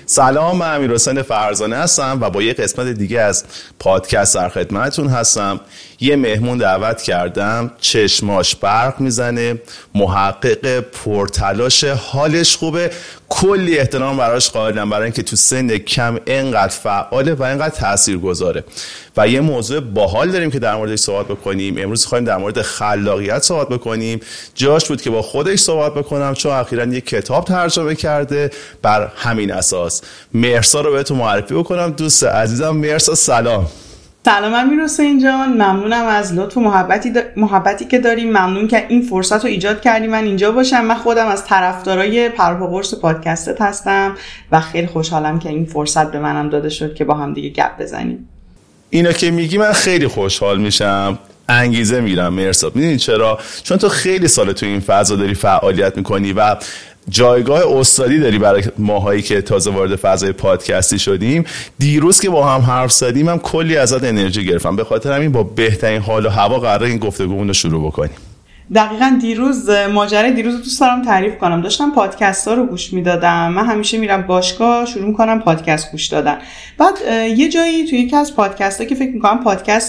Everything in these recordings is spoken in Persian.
سلام، من امیرحسین فرزانه هستم و با یه قسمت دیگه از پادکست در خدمتتون هستم. یه مهمون دعوت کردم، چشماش برق میزنه، محقق پرتلاش، حالش خوبه، کلی احترام براش قائلم برای اینکه تو سن کم اینقدر فعاله و اینقدر تاثیرگذاره و یه موضوع باحال داریم که در موردش صحبت بکنیم. امروز خواهیم در مورد خلاقیت صحبت بکنیم. جاش بود که با خودش صحبت بکنم چون اخیراً یه کتاب ترجمه کرده بر همین اساس. مهرسا رو بهتون معرفی بکنم. دوست عزیزم مهرسا، سلام. سلام امیرحسین جان، ممنونم از لطف و محبتی که داریم. ممنون که این فرصت رو ایجاد کردی من اینجا باشم. من خودم از طرفدارای پرپاقرص پادکستت هستم و خیلی خوشحالم که این فرصت به منم داده شد که با هم دیگه گپ بزنیم. اینا که میگی من خیلی خوشحال میشم، انگیزه میرم. مهرسا، میدونی چرا؟ چون تو خیلی سال تو این فضا داری فعالیت میکنی و جایگاه استادی داری برای ماهایی که تازه وارد فضای پادکستی شدیم. دیروز که با هم حرف زدیم هم کلی ازت انرژی گرفتم، به خاطر همین با بهترین حال و هوا قراره این گفتگومون رو شروع بکنیم. دقیقاً ماجرای دیروز رو دوست دارم تعریف کنم. داشتم پادکست ها رو گوش میدادم. من همیشه میرم باشگاه، شروع میکنم پادکست گوش دادن. بعد یه جایی توی یکی از پادکست ها که فکر میکنم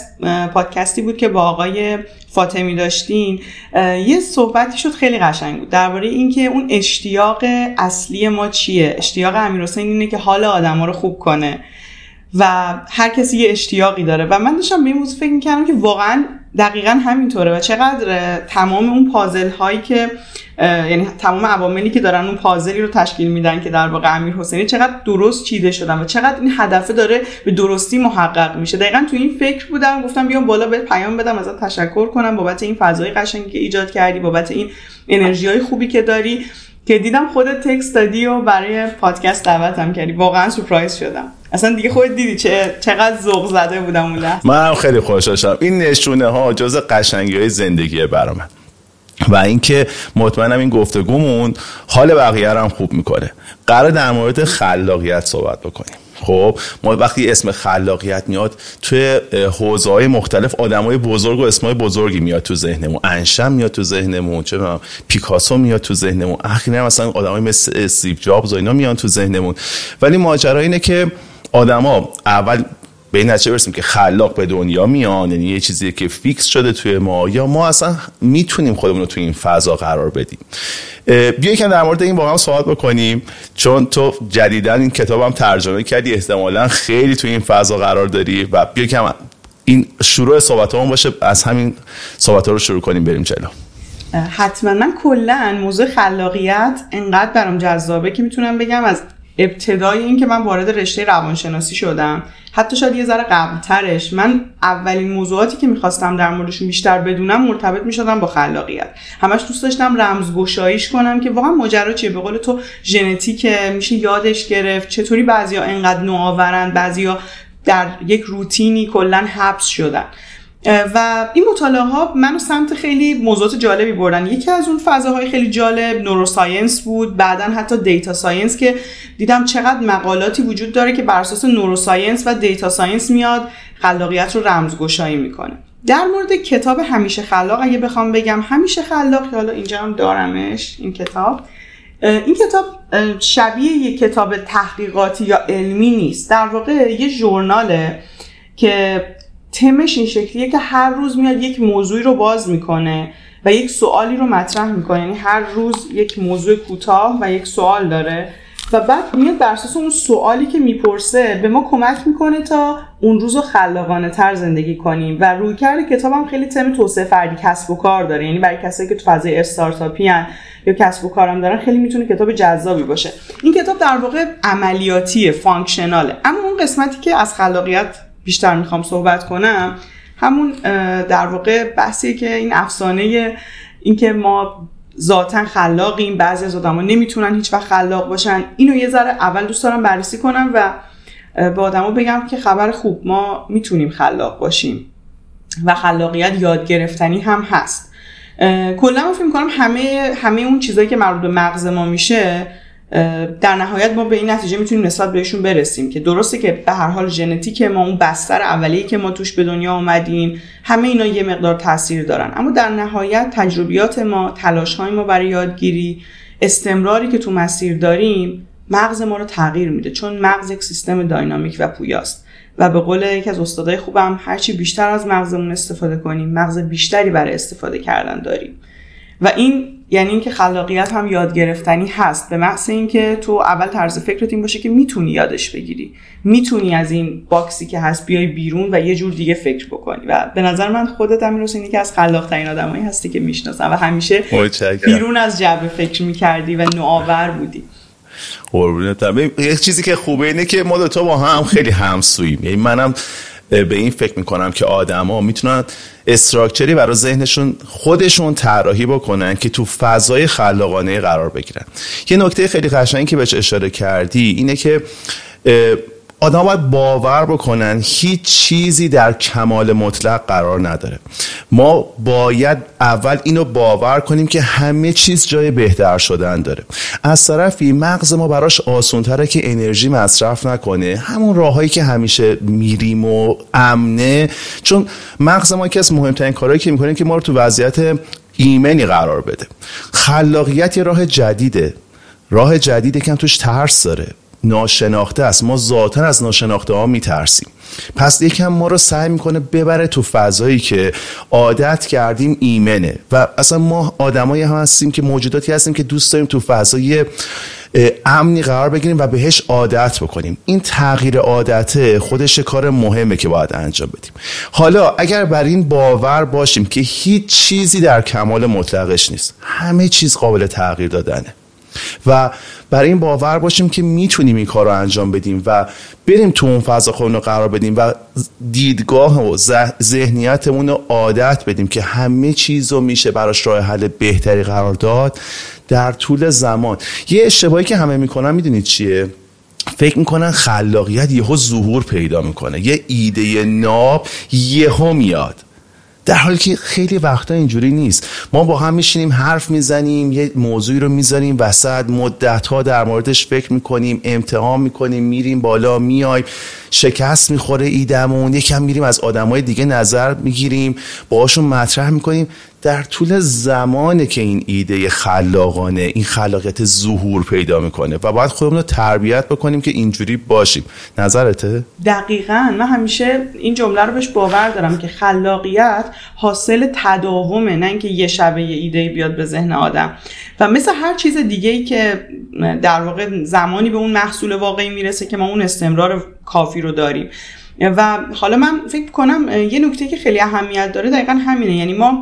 پادکستی بود که با آقای فاطمی داشتین، یه صحبتی شد خیلی قشنگ بود درباره این که اون اشتیاق اصلی ما چیه. اشتیاق امیرحسین اینه که حال آدما رو خوب کنه و هر کسی یه اشتیاقی داره و من داشتم به این موضوع فکر می‌کردم که واقعاً دقیقاً همینطوره و چقدر تمام اون پازل هایی که یعنی تمام عواملی که دارن اون پازلی رو تشکیل میدن که در واقع امیرحسینی چقدر درست چیده شدن و چقدر این هدف داره به درستی محقق میشه. دقیقاً تو این فکر بودم، گفتم بیام بالا بهت پیام بدم، ازت تشکر کنم بابت این فضای قشنگی که ایجاد کردی، بابت این انرژیای خوبی که داری، که دیدم خودت تکست دادی و برای پادکست دعوتم کردی. واقعا سورپرایز شدم. اصلا دیگه خودت دیدی چقدر ذوق زده بودم اون لحظه. من خیلی خوشحال شدم. این نشونه ها جزء قشنگی‌های زندگیه برام و اینکه مطمئنم این گفتگومون حال بقیه رو هم خوب میکنه. قرار در مورد خلاقیت صحبت بکنیم. خب ما وقتی اسم خلاقیت میاد توی حوزه‌های مختلف آدمای بزرگ و اسمای بزرگی میاد تو ذهنمون. انشم میاد تو ذهنمون، چه می‌دونم پیکاسو میاد تو ذهنمون، اخیراً مثلا آدمای مثل استیو جابز و اینا میان تو ذهنمون. ولی ماجرا اینه که آدما اول به این نتیجه برسیم که خلاق به دنیا میان، یعنی یه چیزی که فیکس شده توی ما، یا ما اصلا میتونیم خودمون رو توی این فضا قرار بدیم. بیا یکم در مورد این با هم صحبت بکنیم، چون تو جدیداً این کتابم ترجمه کردی، احتمالاً خیلی توی این فضا قرار داری و بیا یکم این شروع صحبتامون باشه، از همین صحبت‌ها رو شروع کنیم بریم جلو. حتما. من کلاً موضوع خلاقیت انقدر برام جذابه که میتونم بگم از ابتدای این که من وارد رشته روانشناسی شدم، حتی شاید یه ذره قبل‌ترش، من اولین موضوعاتی که می‌خواستم در موردشون بیشتر بدونم مرتبط می‌شدم با خلاقیت. همش دوست داشتم رمزگشاییش کنم که واقعا ماجرا چیه. به قول تو ژنتیکه، میشه یادش گرفت، چطوری بعضیا انقدر نوآورن، بعضیا در یک روتینی کلاً حبس شدن. و این مطالعه ها منو سمت خیلی موضوعات جالبی بردن. یکی از اون فضاهای خیلی جالب نوروساینس بود، بعدن حتی دیتا ساینس، که دیدم چقدر مقالاتی وجود داره که بر اساس نوروساینس و دیتا ساینس میاد خلاقیت رو رمزگشایی میکنه. در مورد کتاب همیشه خلاق اگه بخوام بگم، همیشه خلاق، حالا اینجا هم دارمش این کتاب شبیه یک کتاب تحقیقاتی یا علمی نیست. در واقع یه ژورناله که تمش این شکلیه که هر روز میاد یک موضوعی رو باز میکنه و یک سوالی رو مطرح میکنه. یعنی هر روز یک موضوع کوتاه و یک سوال داره و بعد میاد بر اساس اون سوالی که میپرسه به ما کمک میکنه تا اون روز رو خلاقانه تر زندگی کنیم. و رویکرد کتابم خیلی تم توسعه فردی، کسب و کار داره. یعنی برای کسایی که تو فضای استارتاپی ان یا کسب و کارم دارن خیلی میتونه کتاب جذابی باشه. این کتاب در واقع عملیاتیه، فانکشناله. اما اون قسمتی که از خلاقیت بیشتر میخوام صحبت کنم همون در واقع بحثیه که این افسانه این که ما ذاتاً خلاقیم، بعضی از آدما نمیتونن هیچ وقت خلاق باشن، اینو یه ذره اول دوست دارم بررسی کنم و به آدما بگم که خبر خوب، ما میتونیم خلاق باشیم و خلاقیت یاد گرفتنی هم هست. کلا من فکر می‌کنم همه اون چیزایی که مربوط به مغز ما میشه در نهایت ما به این نتیجه میتونیم نسبت بهشون برسیم که درسته که به هر حال ژنتیک ما، اون بستر اولیه‌ای که ما توش به دنیا اومدیم، همه اینا یه مقدار تاثیر دارن، اما در نهایت تجربیات ما، تلاش‌های ما برای یادگیری، استمراری که تو مسیر داریم مغز ما رو تغییر میده، چون مغز یک سیستم داینامیک و پویاست و به قول یکی از استادای خوبم هرچی بیشتر از مغزمون استفاده کنیم مغز بیشتری برای استفاده کردن داریم. و این یعنی اینکه خلاقیت هم یاد گرفتنی هست، به محض اینکه تو اول طرز فکرت این باشه که میتونی یادش بگیری، میتونی از این باکسی که هست بیای بیرون و یه جور دیگه فکر بکنی. و به نظر من خودت امیرحسین که از خلاق‌ترین آدمایی هستی که میشناسم و همیشه بیرون از جعبه فکر میکردی و نوآور بودی. قربونتم. یک چیزی که خوبه اینه که ما دوتا با هم خیلی همسوییم. یعنی منم به این فکر میکنم که آدما میتونن استراکچری برای ذهنشون خودشون طراحی بکنن که تو فضای خلاقانه قرار بگیرن. یه نکته خیلی قشنگی که بهش اشاره کردی اینه که آدم باید باور بکنن هیچ چیزی در کمال مطلق قرار نداره. ما باید اول اینو باور کنیم که همه چیز جای بهتر شدن داره. از طرفی مغز ما براش آسان‌تره که انرژی مصرف نکنه، همون راهایی که همیشه میریم و امنه، چون مغز ما یکی از مهمترین کارهایی که میکنه که ما رو تو وضعیت ایمنی قرار بده. خلاقیت یه راه جدیده، راه جدیده که هم توش ترس داره، ناشناخته است. ما ذاتاً از ناشناخته ها میترسیم. پس یکم ما رو سعی میکنه ببره تو فضایی که عادت کردیم ایمنه. و اصلا ما آدمایی هم هستیم که موجوداتی هستیم که دوست داریم تو فضای امنی قرار بگیریم و بهش عادت بکنیم. این تغییر عادته خودش کار مهمه که باید انجام بدیم. حالا اگر بر این باور باشیم که هیچ چیزی در کمال مطلقش نیست، همه چیز قابل تغییر دادنه و برای این باور باشیم که میتونیم این کار رو انجام بدیم و بریم تو اون فضا خودمون رو قرار بدیم و دیدگاه و ذهنیتمون رو عادت بدیم که همه چیز رو میشه براش راه حل بهتری قرار داد در طول زمان. یه اشتباهی که همه میکنن میدونید چیه؟ فکر میکنن خلاقیت یهو ظهور پیدا میکنه، یه ایده ناب یهو میاد، در حالی که خیلی وقتا اینجوری نیست. ما با هم میشینیم حرف میزنیم، یه موضوعی رو میذاریم وسط، مدت‌ها در موردش فکر میکنیم، امتحان میکنیم، میریم بالا میایم، شکست میخوره ایدمون، یکم میریم از آدمای دیگه نظر میگیریم، باهاشون مطرح میکنیم. در طول زمانه که این ایده خلاقانه، این خلاقیت ظهور پیدا میکنه و باید خودمون رو تربیت بکنیم که اینجوری باشیم. نظرته؟ دقیقاً. من همیشه این جمله رو بهش باور دارم که خلاقیت حاصل تداومه، نه اینکه یه شبه یه ایده بیاد به ذهن آدم. و مثل هر چیز دیگه‌ای که در واقع زمانی به اون محصول واقعی میرسه که ما اون استمرار کافی رو داریم. و حالا من فکر کنم یه نکته که خیلی اهمیت داره دقیقاً همینه. یعنی ما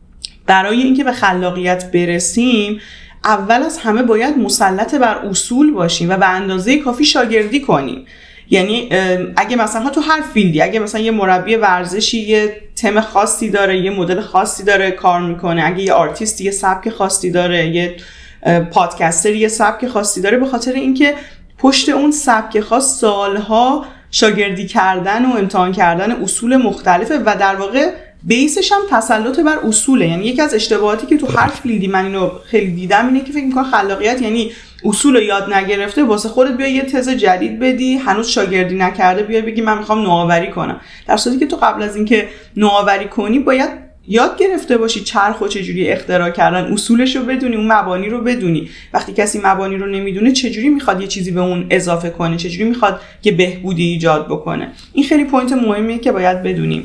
برای اینکه به خلاقیت برسیم اول از همه باید مسلط بر اصول باشیم و به اندازه کافی شاگردی کنیم. یعنی اگه مثلا تو هر فیلدی، اگه مثلا یه مربی ورزشی یه تم خاصی داره، یه مدل خاصی داره کار میکنه، اگه یه آرتیست یه سبک خاصی داره، یه پادکستر یه سبک خاصی داره، به خاطر اینکه پشت اون سبک خاص سالها شاگردی کردن و امتحان کردن اصول مختلفه و در واقع بیسش هم تسلط بر اصوله. یعنی یکی از اشتباهاتی که تو هر فیلدی من اینو خیلی دیدم اینه که فکر می‌کنم خلاقیت یعنی اصول رو یاد نگرفته، واسه خودت بیا یه تز جدید بدی، هنوز شاگردی نکرده بیا بگی من می‌خوام نوآوری کنم، در صورتی که تو قبل از اینکه نوآوری کنی باید یاد گرفته باشی چرخو چجوری اختراع کردن، اصولش رو بدونی، اون مبانی رو بدونی. وقتی کسی مبانی رو نمیدونه چجوری میخواد یه چیزی به اون اضافه کنه، چجوری میخواد یه بهبودی ایجاد بکنه. این خیلی پوینت مهمیه که باید بدونیم.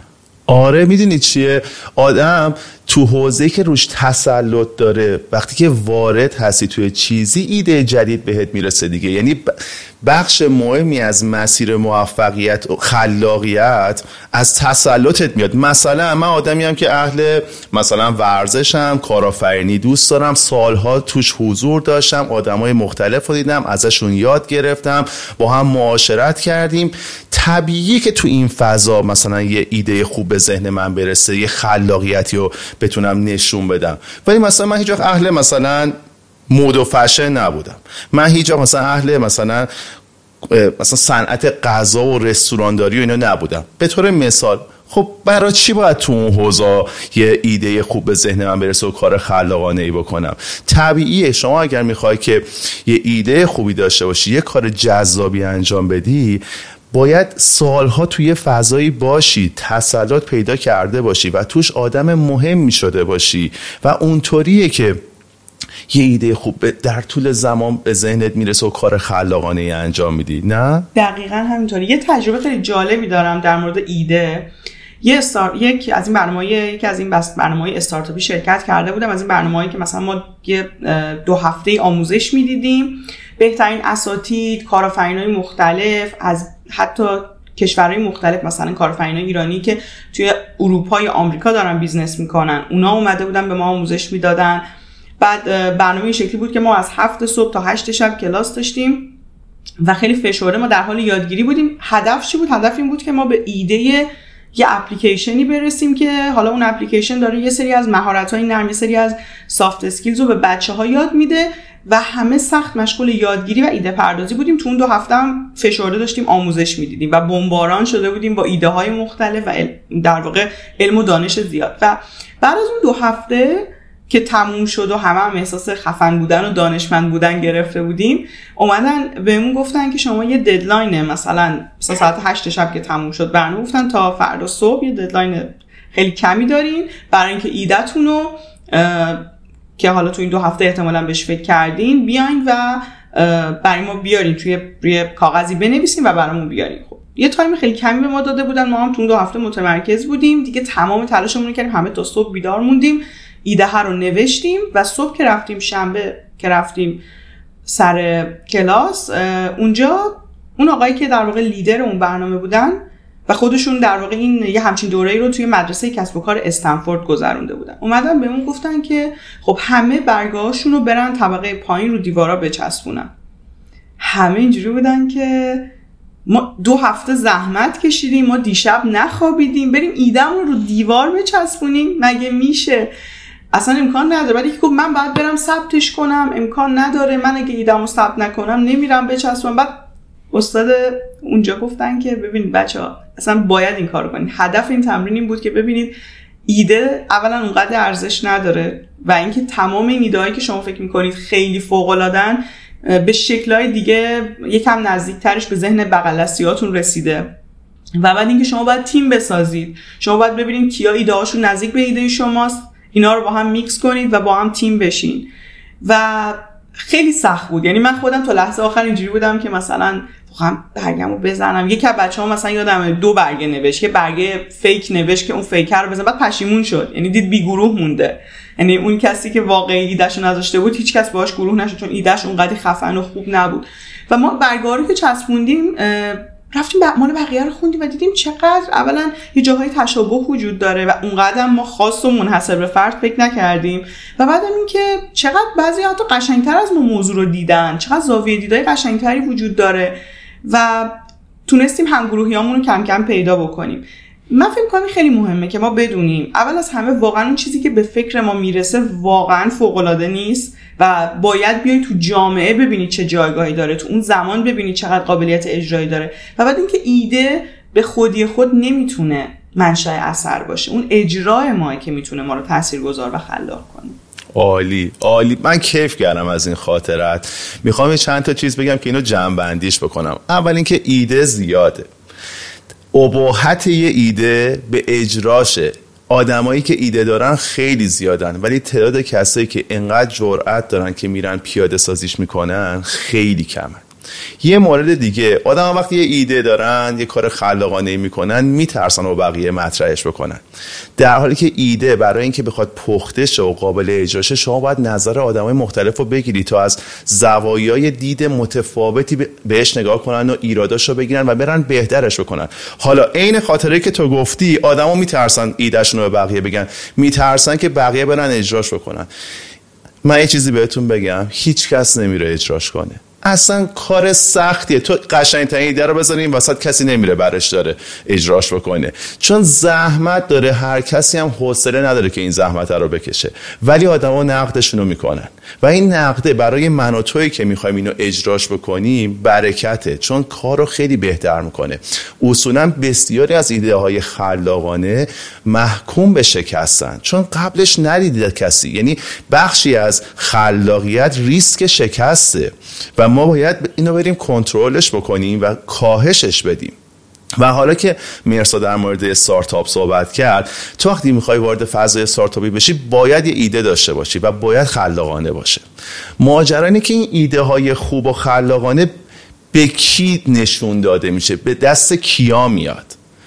آره میدونید چیه؟ آدم تو حوزه‌ای که روش تسلط داره وقتی که وارد هستی توی چیزی ایده جدید بهت میرسه دیگه. یعنی بخش مهمی از مسیر موفقیت و خلاقیت از تسلطت میاد. مثلا من آدمیم که اهل مثلا ورزشم، کارآفرینی دوست دارم، سالها توش حضور داشتم، آدمای مختلف رو دیدم، ازشون یاد گرفتم، با هم معاشرت کردیم. طبیعیه که تو این فضا مثلا یه ایده خوب به ذهن من برسه، یه خلاقیتی رو بتونم نشون بدم. ولی مثلا من هیچ وقت اهل مثلا مد و فشن نبودم، من هیچ وقت مثلا اهل مثلا صنعت غذا و رستورانداری و اینا نبودم. به طور مثال خب برای چی باید تو اون حوزه یه ایده خوب به ذهن من برسه و کار خلاقانه ای بکنم؟ طبیعیه شما اگر میخوای که یه ایده خوبی داشته باشی، یه کار جذابی انجام بدی، باید سالها توی فضایی باشی، تسلط پیدا کرده باشی و توش آدم مهمی شده باشی و اونطوریه که یه ایده خوب در طول زمان به ذهنت میرسه و کار خلاقانه ای انجام میدی. نه دقیقاً همینطوری. یه تجربه خیلی جالبی دارم در مورد ایده. یکی از این برنامه‌های استارتاپی شرکت کرده بودم، از این برنامه‌هایی که مثلا ما یه 2 هفته آموزش میدیدیم، بهترین اساتید، کارآفرینای مختلف از حتی کشورهای مختلف، مثلا کارآفرینای ایرانی که توی اروپا یا آمریکا دارن بیزنس میکنن، اونا اومده بودن به ما آموزش میدادن. بعد برنامه این شکلی بود که ما از 7 صبح تا 8 شب کلاس داشتیم و خیلی فشرده ما در حال یادگیری بودیم. هدف چی بود؟ هدف این بود که ما به ایده یه اپلیکیشنی برسیم که حالا اون اپلیکیشن داره یه سری از مهارت‌های نرم، یه سری از سافت اسکیلز رو به بچه‌ها یاد میده و همه سخت مشغول یادگیری و ایده پردازی بودیم. تو اون 2 هفته هم فشرده داشتیم آموزش میدیدیم و بمباران شده بودیم با ایده های مختلف و در واقع علم و دانش زیاد. و بعد از اون 2 هفته که تموم شد و هم احساس خفن بودن و دانشمند بودن گرفته بودیم، اومدن بهمون گفتن که شما یه ددلاین مثلا ساعت 8 شب که تموم شد برنامه، گفتن تا فردا صبح یه ددلاین خیلی کمی دارین برای اینکه ایده‌تون رو که حالا تو این 2 هفته احتمالاً بهش فکر کردین بیاین و برای ما بیارین، روی کاغذی بنویسین و برامون بیارین. خب یه تایم خیلی کمی به ما داده بودن، ما هم تو اون 2 هفته متمرکز بودیم دیگه، تمام تلاشمون رو کردیم، همه تا صبح بیدار موندیم، ایده ها رو نوشتیم و صبح که رفتیم، شنبه که رفتیم سر کلاس، اونجا اون آقایی که در واقع لیدر اون برنامه بودن و خودشون در واقع این یه همچین دوره‌ای رو توی مدرسه کسب و کار استنفورد گذرونده بودن، اومدن بهمون گفتن که خب همه برگاهاشون رو برن طبقه پایین رو دیوارا بچسبونن. همه اینجوری بودن که ما 2 هفته زحمت کشیدیم، ما دیشب نخوابیدیم، بریم ایده‌مون رو دیوار بچسبونیم؟ مگه میشه؟ اصلا امکان نداره. بعد یکی گفت من باید برم ثبتش کنم، امکان نداره، من اگه ایده‌مو ثبت نکنم نمیرم بچسبونم. بعد استاد اونجا گفتن که ببینید بچه‌ها اصلا باید این کارو کنید. هدف این تمرین این بود که ببینید ایده اولا اونقدر ارزش نداره و اینکه تمام این ایده‌هایی که شما فکر می‌کنید خیلی فوق‌العاده‌ن به شکل‌های دیگه یکم نزدیک‌ترش به ذهن بغل دستیاتون رسیده. و بعد اینکه شما باید تیم بسازید، شما باید ببینید کیا ایده‌هاشون نزدیک به ایده شماست، اینا رو با هم میکس کنید و با هم تیم بشین. و خیلی سخت بود، یعنی من خودم تا لحظه آخر اینجوری بودم که مثلا واقعا برگمو بزنم. یکی از بچه‌ها مثلا یادمه 2 برگه نوشت، یه برگه فیک نوشت که اون فیکر رو بزنه، بعد پشیمون شد، یعنی دید بی گروه مونده. یعنی اون کسی که واقعی ایده‌شو نذاشته بود هیچ کس باهاش گروه نشد چون ایده‌ش اونقدر خفن و خوب نبود. و ما برگه‌ها رو که چسبوندیم رفتیم مال بقیه رو خوندیم و دیدیم چقدر اولا یه جاهای تشابه وجود داره و اونقدر ما خاص و منحصر به فرد فکر نکردیم و بعدم این که چقدر بعضی حتی قشنگتر از ما موضوع رو دیدن، چقدر زاویه دیدای قشنگتری وجود داره و تونستیم همگروهیامون رو کم کم پیدا بکنیم. من فکر می‌کنم خیلی مهمه که ما بدونیم اول از همه واقعا اون چیزی که به فکر ما میرسه واقعا فوق‌العاده نیست و باید بیای تو جامعه ببینید چه جایگاهی داره، تو اون زمان ببینید چقدر قابلیت اجرایی داره. و بعد اینکه ایده به خودی خود نمیتونه منشأ اثر باشه، اون اجرای ماه که میتونه ما رو تاثیرگذار و خلاق کنه. عالی عالی، من کیف کردم از این خاطرات. میخوام چند تا چیز بگم که اینو جمع‌بندیش بکنم. اول اینکه ایده زیاده، اباحت یه ایده به اجراشه. آدمایی که ایده دارن خیلی زیادن ولی تعداد کسایی که انقدر جرأت دارن که میرن پیاده سازیش میکنن خیلی کمه. یه مورد دیگه، آدم وقتی یه ایده دارن یه کار خلاقانه میکنن میترسن و بقیه مطرحش بکنن، در حالی که ایده برای اینکه بخواد پخته شه و قابل اجراشه شما باید نظر آدمای مختلف رو بگیری تا از زوایای دید متفاوتی بهش نگاه کنن و ایراداشو بگیرن و برن بهترش بکنن. حالا عین خاطره که تو گفتی، آدما میترسن ایدهشون رو به بقیه بگن، میترسن که بقیه برن اجراش بکنن. من یه چیزی بهتون بگم، هیچ کس نمیره اجراش کنه. اصلا کار سختیه. تو قشنگ‌ترین ایده رو بذاری این وسط کسی نمیره برش داره اجراش بکنه، چون زحمت داره. هر کسی هم حوصله نداره که این زحمت رو بکشه، ولی آدما نقدشون رو میکنن و این نقده برای من و تویی که میخوایم اینو اجراش بکنیم برکته، چون کار رو خیلی بهتر میکنه. اصولا بسیاری از ایده های خلاقانه محکوم به شکستن چون قبلش ندیده کسی. یعنی بخشی از خلاقیت ریسک شکسته و ما باید اینو بریم کنترلش بکنیم و کاهشش بدیم. و حالا که مرسا در مورد استارتاپ صحبت کرد، تو وقتی میخوای وارد فضای استارتاپی بشی باید یه ایده داشته باشی و باید خلاقانه باشه. ماجرا اینه که این ایده های خوب و خلاقانه به کی نشون داده میشه، به دست کیا میاد.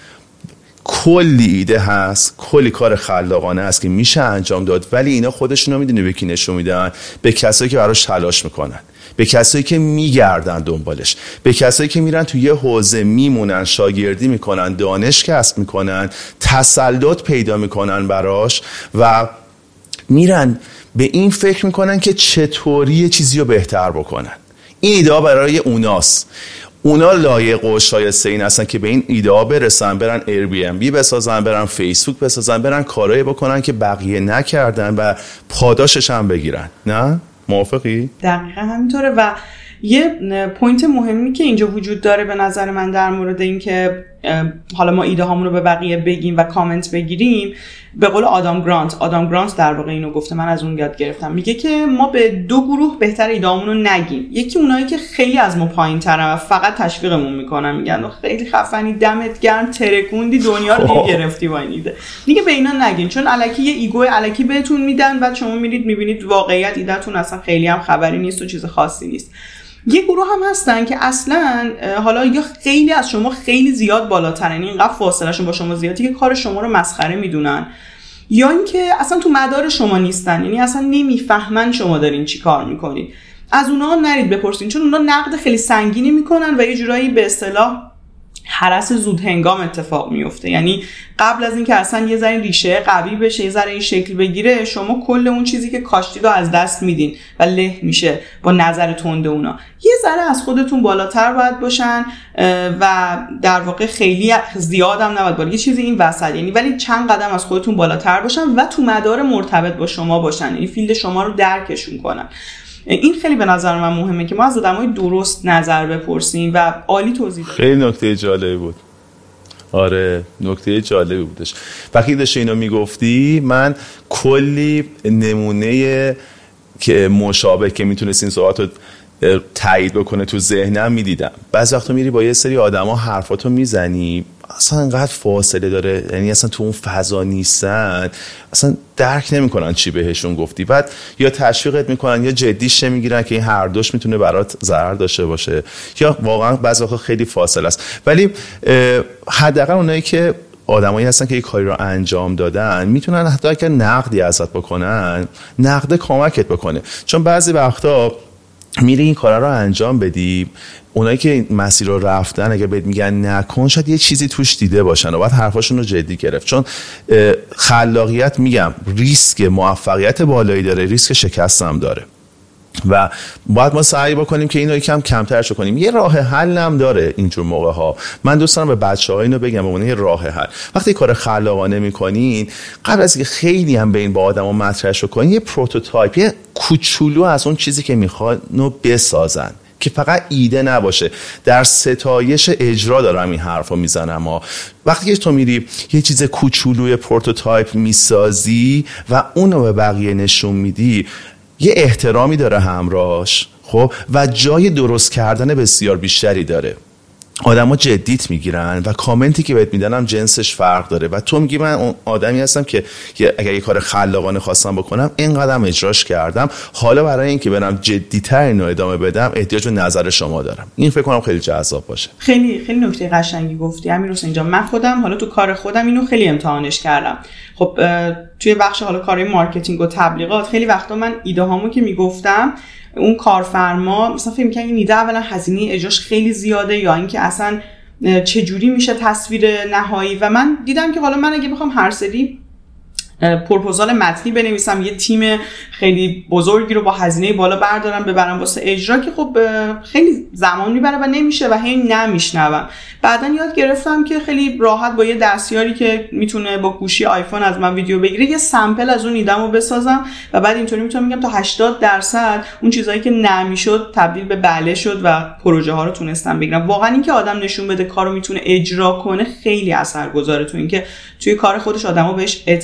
کلی ایده هست، کلی کار خلاقانه هست که میشه انجام داد، ولی اینا خودشون رو میدونی به کی نشون میدن؟ به کسایی که براش تلاش میکنن، به کسایی که میگردن دنبالش، به کسایی که میرن تو یه حوزه میمونن، شاگردی میکنن، دانش کسب میکنن، تسلط پیدا میکنن براش و میرن به این فکر میکنن که چطوری یه چیزی رو بهتر بکنن. این ایده ها برای اوناست. اونا لایق و شایسته این هستن که به این ایده ها برسن، برن Airbnb بسازن، برن فیسبوک بسازن، برن کارایی بکنن که بقیه نکردن و پاداشش هم بگیرن. نه؟ موافقی؟ دقیقا همینطوره. و یه پوینت مهمی که اینجا وجود داره به نظر من در مورد این که حالا ما ایده هامون رو به بقیه بگیم و کامنت بگیریم، به قول آدام گرانت در واقع اینو گفته، من از اون یاد گرفتم. میگه که ما به دو گروه بهتر ایده هامون رو نگیم. یکی اونایی که خیلی از ما پایین‌ترن و فقط تشویقمون میکنن، میگن خیلی خفنی، دمت گرم، ترکوندی، دنیا رو گرفتی با این ایده. دیگه به اینا نگین، چون الکی یه ایگو الکی بهتون میدن، بعد شما میرید میبینید واقعیت ایدهتون اصلا خیلی هم خبری نیست و چیز خاصی نیست. یه گروه هم هستن که اصلا حالا یا خیلی از شما خیلی زیاد بالاترن، یعنی اینقدر فاصلهشون با شما زیاده که کار شما رو مسخره میدونن، یا اینکه اصلا تو مدار شما نیستن، یعنی اصلا نمیفهمن شما دارین چی کار میکنید. از اونها نرید بپرسین، چون اونا نقد خیلی سنگینی میکنن و یه جورایی به اصطلاح هرس زود هنگام اتفاق میفته. یعنی قبل از اینکه اصلا یه ذره ریشه قوی بشه، یه ذره این شکل بگیره، شما کل اون چیزی که کاشتید رو از دست میدین و له میشه با نظر تند اونا. یه ذره از خودتون بالاتر باید باشن و در واقع خیلی زیاد هم نباید بالا، یه چیزی این وسط، یعنی ولی چند قدم از خودتون بالاتر باشن و تو مدار مرتبط با شما باشن، یعنی فیلد شما رو درکشون کنن. این خیلی به نظر من مهمه که ما از آدمای درست نظر بپرسیم و عالی توضیح دادید. خیلی نکته جالبی بود. آره نکته جالبی بودش. وقتی داشتی اینو میگفتی من کلی نمونه که مشابه که میتونست این صحبت رو تایید بکنه تو ذهنم میدیدم. بعضی وقتا میری با یه سری آدما حرفاتو میزنی، اصلا انقدر فاصله داره، یعنی اصلا تو اون فضا نیستن، اصلا درک نمیکنن چی بهشون گفتی، بعد یا تشویقت میکنن یا جدیش نمیگیرن که این هر دوش میتونه برات ضرر داشته باشه، یا واقعا بعضی وقتا خیلی فاصله است. ولی حداقل اونایی که آدمایی هستن که یک کاری رو انجام دادن میتونن حتی اگر نقدی ازت بکنن، نقد کمکت بکنه. چون بعضی وقتا میری این کارا رو انجام بدی، اونایی که این مسیر رو رفتن اگه بهت میگن نکن، شاید یه چیزی توش دیده باشن و باید حرفاشون رو جدی گرفت. چون خلاقیت میگم ریسک موفقیت بالایی داره، ریسک شکست هم داره و باید ما سعی بکنیم که اینو یکم کمترش کنیم. یه راه حل هم داره اینجور موقع ها. من دوست دارم به بچه‌ها اینو بگم، به عنوان یه راه حل وقتی کار خلاقانه میکنین، قبل از اینکه خیلی هم به این با آدما مطرحش کنین، یه پروتوتایپ، یه کوچولو از اون چیزی که میخوان رو بسازن که فقط ایده نباشه. در ستایش اجرا دارم این حرفو میزنم ها. وقتی که تو میری یه چیز کوچولوی پروتوتایپ میسازی و اونو به بقیه نشون میدی، یه احترامی داره همراهش، خب، و جای درست کردن بسیار بیشتری داره. آدم‌ها جدیت میگیرن و کامنتی که بهت میدن هم جنسش فرق داره و تو میگی من اون آدمی هستم که اگر یه کار خلاقانه خواستم بکنم این قدم اجراش کردم، حالا برای اینکه برم جدی‌تر اینو ادامه بدم احتیاج به نظر شما دارم. این فکر کنم خیلی جذاب باشه. خیلی خیلی نکته قشنگی گفتی امیرحسین جان. من خودم حالا تو کار خودم اینو خیلی امتحانش کردم. خب توی بخش حالا کارهای مارکتینگ و تبلیغات خیلی وقتا من ایده هامو که میگفتم، اون کارفرما مثلا فکر می‌کنه این ایده اولا هزینه اجراش خیلی زیاده یا اینکه اصلا چجوری میشه تصویر نهایی. و من دیدم که حالا من اگه بخوام هر سری پروپوزال متنی بنویسم، یه تیم خیلی بزرگی رو با هزینه بالا بردارم ببرم واسه اجرا، که خب خیلی زمان میبره و نمیشه و هی نمیشنوم. بعداً یاد گرفتم که خیلی راحت با یه دستیاری که میتونه با گوشی آیفون از من ویدیو بگیره یه سامپل از اون ایده‌مو بسازم و بعد اینطوری میتونم میگم تا 80% اون چیزایی که نمیشد تبدیل به بله شد و پروژه ها رو تونستم بگیرم. واقعا اینکه آدم نشون بده کارو میتونه اجرا کنه خیلی اثرگذاره تو اینکه توی کار خودش آدمو بهش اعتبار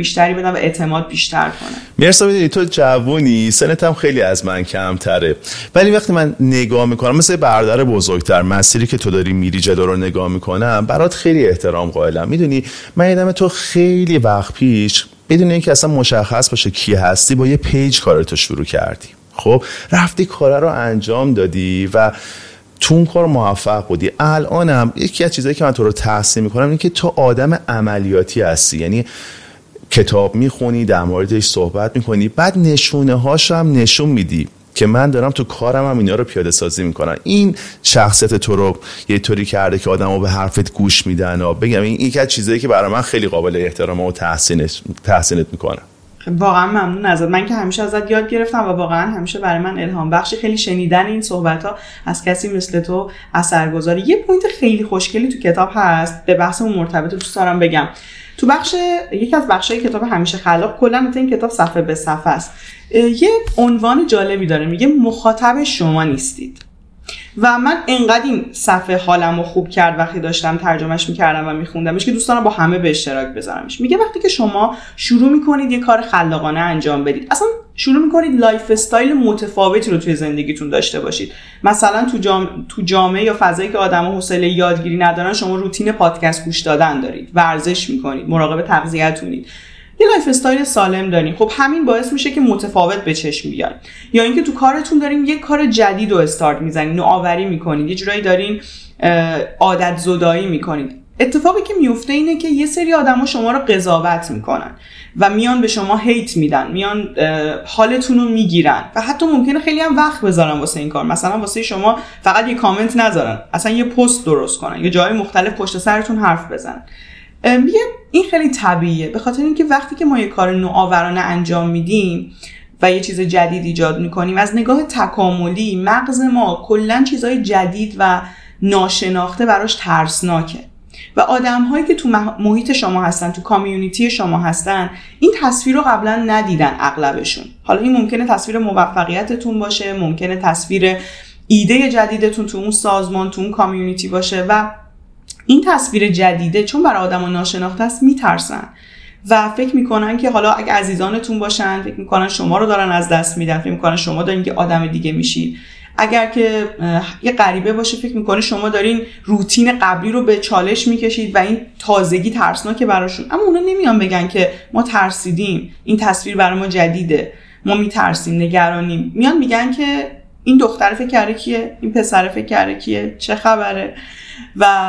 بیشتری بدن و اعتماد بیشتر کنن. مرسا، میدونی تو جوونی، سنت هم خیلی از من کمتره، ولی وقتی من نگاه میکنم مثل برادر بزرگتر مسیری که تو داری میری جلو رو نگاه میکنم، برات خیلی احترام قائلم. میدونی من یادم تو خیلی وقت پیش بدون اینکه اصلا مشخص باشه کی هستی با یه پیج کارتو شروع کردی. خب رفتی کار رو انجام دادی و تو اون کار موفق بودی. الانم یکی از چیزایی که من تو رو تحسین میکنم اینه که تو آدم عملیاتی هستی، یعنی کتاب میخونی، در موردش صحبت میکنی، بعد نشونه هاش هم نشون میدی که من دارم تو کارم هم اینا رو پیاده سازی میکنم. این شخصیت تو رو یه طوری کرده که آدم‌ها به حرفت گوش میدن و بگم این یکی از چیزایی که برای من خیلی قابل احترام و تحسینت میکنه. واقعا ممنون ازت. من که همیشه ازت یاد گرفتم و واقعا همیشه برای من الهام بخش خیلی شنیدن این صحبت‌ها از کسی مثل تو اثرگذاره. یه پوینت خیلی خوشگلی تو کتاب هست به بحثمون مرتبط، دوست دارم بگم. تو یکی از بخشای کتاب همیشه خلاق، کلا این کتاب صفحه به صفحه است، یه عنوان جالبی داره، میگه مخاطب شما نیستید. و من انقدر این صفحه حالمو خوب کرد وقتی داشتم ترجمهش میکردم و میخوندمش که دوست دارم با همه به اشتراک بذارمش. میگه وقتی که شما شروع میکنید یه کار خلاقانه انجام بدید، اصلا شروع میکنید لایف استایل متفاوتی رو توی زندگیتون داشته باشید. مثلا تو جامعه یا فضایی که آدما حوصله یادگیری ندارن، شما روتین پادکست گوش دادن دارید، ورزش میکنید، مراقب تغذیه‌تونید، یه لایف استایل سالم دارین. خب همین باعث میشه که متفاوت به چشم بیاد. یا اینکه تو کارتون دارین یه کار جدید رو استارت میزنین، نوآوری میکنید، یه جورایی دارین عادت زدایی میکنید. اتفاقی که میفته اینه که یه سری آدما شما رو قضاوت میکنن و میان به شما هیت میدن، میان حالتون رو میگیرن و حتی ممکنه خیلی هم وقت بذارن واسه این کار. مثلا واسه شما فقط یه کامنت نذارن، اصلا یه پست درست کنن، یه جای مختلف پشت سرتون حرف بزنن. میگه این خیلی طبیعیه، به خاطر اینکه وقتی که ما یه کار نوآورانه انجام میدیم و یه چیز جدید ایجاد میکنیم، از نگاه تکاملی مغز ما کلا چیزهای جدید و ناشناخته براش ترسناکه و آدم‌هایی که تو محیط شما هستن، تو کامیونیتی شما هستن، این تصویر رو قبلا ندیدن اغلبشون. حالا این ممکنه تصویر موفقیتتون باشه، ممکنه تصویر ایده جدیدتون تو اون سازمان، تو اون کامیونیتی باشه و این تصویر جدیده چون برای آدم‌ها ناشناخته است میترسن و فکر میکنن که حالا اگه عزیزانتون باشن فکر میکنن شما رو دارن از دست میدن، فکر میکنن شما دارین که آدم دیگه میشید. اگر که یه غریبه باشه فکر میکنه شما دارین روتین قبلی رو به چالش میکشید و این تازگی ترسناکه براشون. اما اونا نمیان بگن که ما ترسیدیم، این تصویر برای ما جدیده، ما میترسیم، نگرانیم. میان میگن که این دختر فکر کرده کیه، این پسر فکر کرده کیه، چه خبره و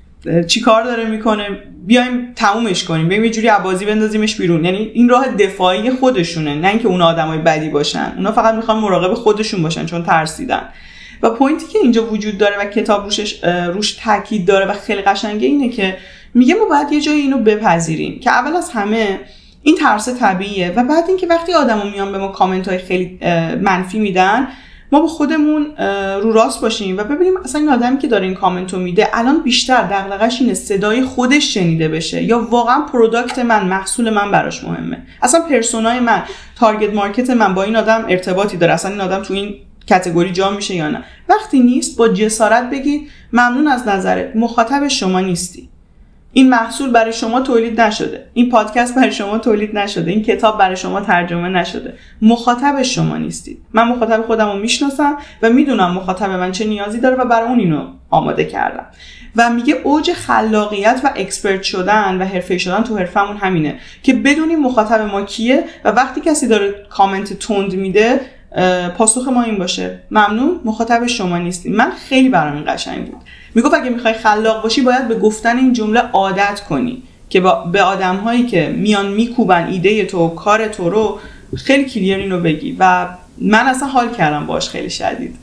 چی کار داره میکنه، بیایم تمومش کنیم، بیایم یه جوری عبازی بندازیمش بیرون. یعنی این راه دفاعی خودشونه، نه اینکه اونا آدمای بدی باشن، اونا فقط میخوان مراقب خودشون باشن چون ترسیدن. و پوینتی که اینجا وجود داره و کتاب روش تاکید داره و خیلی قشنگه اینه که میگه ما باید یه جایی اینو بپذیریم که اول از همه این ترس طبیعیه و بعد اینکه وقتی آدما میان به ما کامنت‌های خیلی منفی میدن، ما با خودمون رو راست باشیم و ببینیم اصلا این آدمی که داره این کامنتو میده الان بیشتر دغدغش اینه صدای خودش شنیده بشه یا واقعا پروداکت من، محصول من براش مهمه، اصلا پرسونای من، تارگت مارکت من با این آدم ارتباطی داره، اصلا این آدم تو این کاتگوری جا میشه یا نه. وقتی نیست با جسارت بگید ممنون از نظرت، مخاطب شما نیستی، این محصول برای شما تولید نشده، این پادکست برای شما تولید نشده، این کتاب برای شما ترجمه نشده، مخاطب شما نیستید. من مخاطب خودم رو میشناسم و میدونم مخاطب من چه نیازی داره و برای اون اینو آماده کردم. و میگه اوج خلاقیت و اکسپرت شدن و حرفه‌ای شدن تو حرفمون همینه که بدونیم مخاطب ما کیه و وقتی کسی داره کامنت تند میده پاسخ ما این باشه ممنون، مخاطب شما نیستیم. من خیلی برام این قشنگ بود. میگفت اگه میخوای خلاق باشی باید به گفتن این جمله عادت کنی که به آدم‌هایی که میان میکوبن ایده تو و کار تو رو خیلی کلیر اینو بگی و من اصلا حال کردم باش خیلی شدید.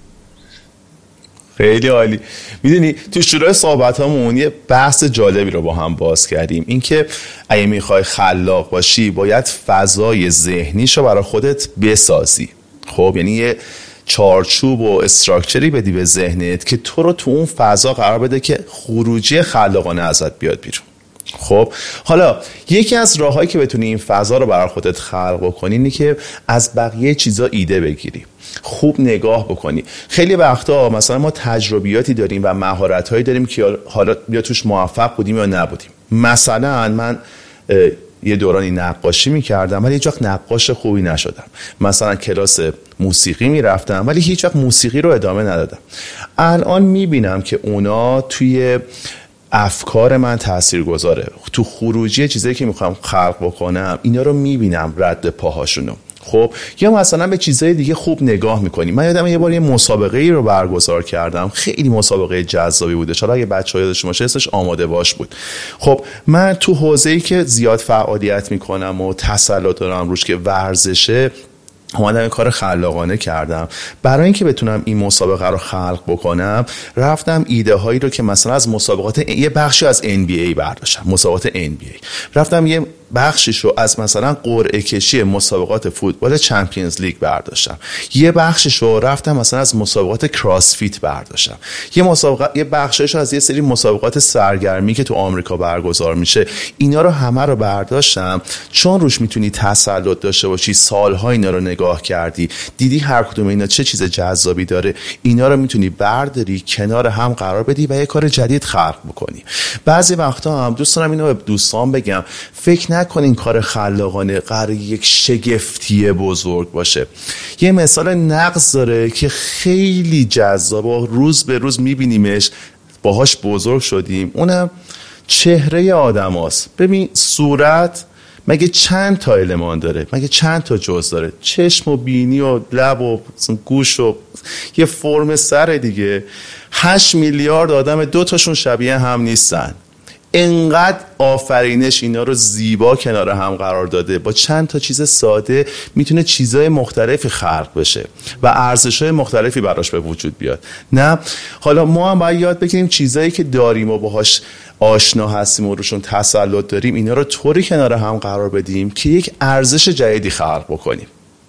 خیلی عالی. میدونی تو شروع صحبتامون یه بحث جالبی رو با هم باز کردیم، اینکه اگه میخوای خلاق باشی باید فضای ذهنیشو برای خودت بسازی. خب یعنی یه چارچوب و استراکچری بدی به ذهنت که تو رو تو اون فضا قرار بده که خروجی خلاقانه ازت بیاد بیرون. خب حالا یکی از راهایی که بتونی این فضا رو برای خودت خلق کنی اینه که از بقیه چیزا ایده بگیری، خوب نگاه بکنی. خیلی وقتا مثلا ما تجربیاتی داریم و مهارت‌هایی داریم که حالا یا توش موفق بودیم یا نبودیم. مثلا من یه دورانی نقاشی میکردم ولی هیچ وقت نقاش خوبی نشدم. مثلا کلاس موسیقی میرفتم ولی هیچ وقت موسیقی رو ادامه ندادم. الان میبینم که اونا توی افکار من تأثیر گذاره، تو خروجی چیزایی که میخوام خلق بکنم اینا رو میبینم رد پاهاشونو. خب یا مثلا به چیزهای دیگه خوب نگاه میکنیم. من یادم یه بار یه مسابقه ای رو برگزار کردم، خیلی مسابقه جذابی بوده، حالا اگه بچه‌ها یادشون باشه اسمش آماده باش بود. خب من تو حوزه‌ای که زیاد فعالیت میکنم و تسلط دارم روش که ورزشه، اومدم این کار خلاقانه کردم. برای اینکه بتونم این مسابقه رو خلق بکنم رفتم ایده هایی رو که مثلا از مسابقات یه بخشی از NBA برداشتم، مسابقات NBA رفتم یه بخشش رو از مثلا قرعه کشی مسابقات فوتبال چمپیونز لیگ برداشتم، یه بخشش رو رفتم مثلا از مسابقات کراسفیت برداشتم، یه بخشش رو از یه سری مسابقات سرگرمی که تو آمریکا برگزار میشه. اینا رو همه رو برداشتم چون روش میتونی تسلط داشته باشی، سالها اینا رو نگاه کردی، دیدی هر کدوم اینا چه چیز جذابی داره، اینا رو میتونی برداری کنار هم قرار بدی و یه کار جدید خلق بکنی. بعضی وقتا هم دوست دارم اینو به دوستان بگم، فکر نکنین کار خلاقانه قراره یک شگفتی بزرگ باشه. یه مثال نقص داره که خیلی جذابه، روز به روز میبینیمش، باهاش بزرگ شدیم، اونم چهره آدم هاست. ببین صورت مگه چند تا المان داره؟ مگه چند تا جزء داره؟ چشم و بینی و لب و گوش و یه فرم سر دیگه. 8 میلیارد آدم 2 تاشون شبیه هم نیستن. انقدر آفرینش اینا رو زیبا کنار هم قرار داده، با چند تا چیز ساده میتونه چیزای مختلفی خلق بشه و ارزش‌های مختلفی براش به وجود بیاد. نه حالا ما هم باید یاد بگیریم چیزایی که داریم و باهاش آشنا هستیم و روشون تسلط داریم اینا رو طوری کنار هم قرار بدیم که یک ارزش جدیدی خلق بکنیم.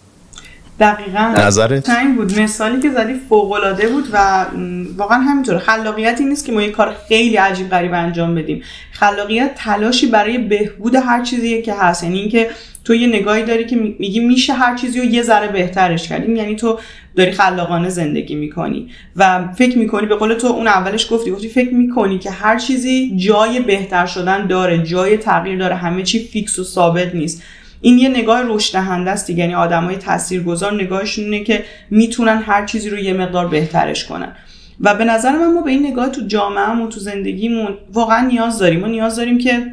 دقیقاً نظرت؟ این بود مثالی که زدی فوق‌العاده بود و واقعا همینطوره. خلاقیت این نیست که ما یه کار خیلی عجیب غریب انجام بدیم. خلاقیت تلاشی برای بهبود هر چیزیه که هست. یعنی اینکه تو یه نگاهی داری که میگی میشه هر چیزی رو یه ذره بهترش کردیم، یعنی تو داری خلاقانه زندگی میکنی و فکر میکنی، به قول تو اون اولش گفتی فکر میکنی که هر چیزی جای بهتر شدن داره، جای تغییر داره، همه چی فیکس و ثابت نیست. این یه نگاه رشد دهنده است دیگه. یعنی آدمای تاثیرگذار نگاهشون اینه که میتونن هر چیزی رو یه مقدار بهترش کنن و به نظر من ما به این نگاه تو جامعهمون، تو زندگیمون واقعا نیاز داریم. ما نیاز داریم که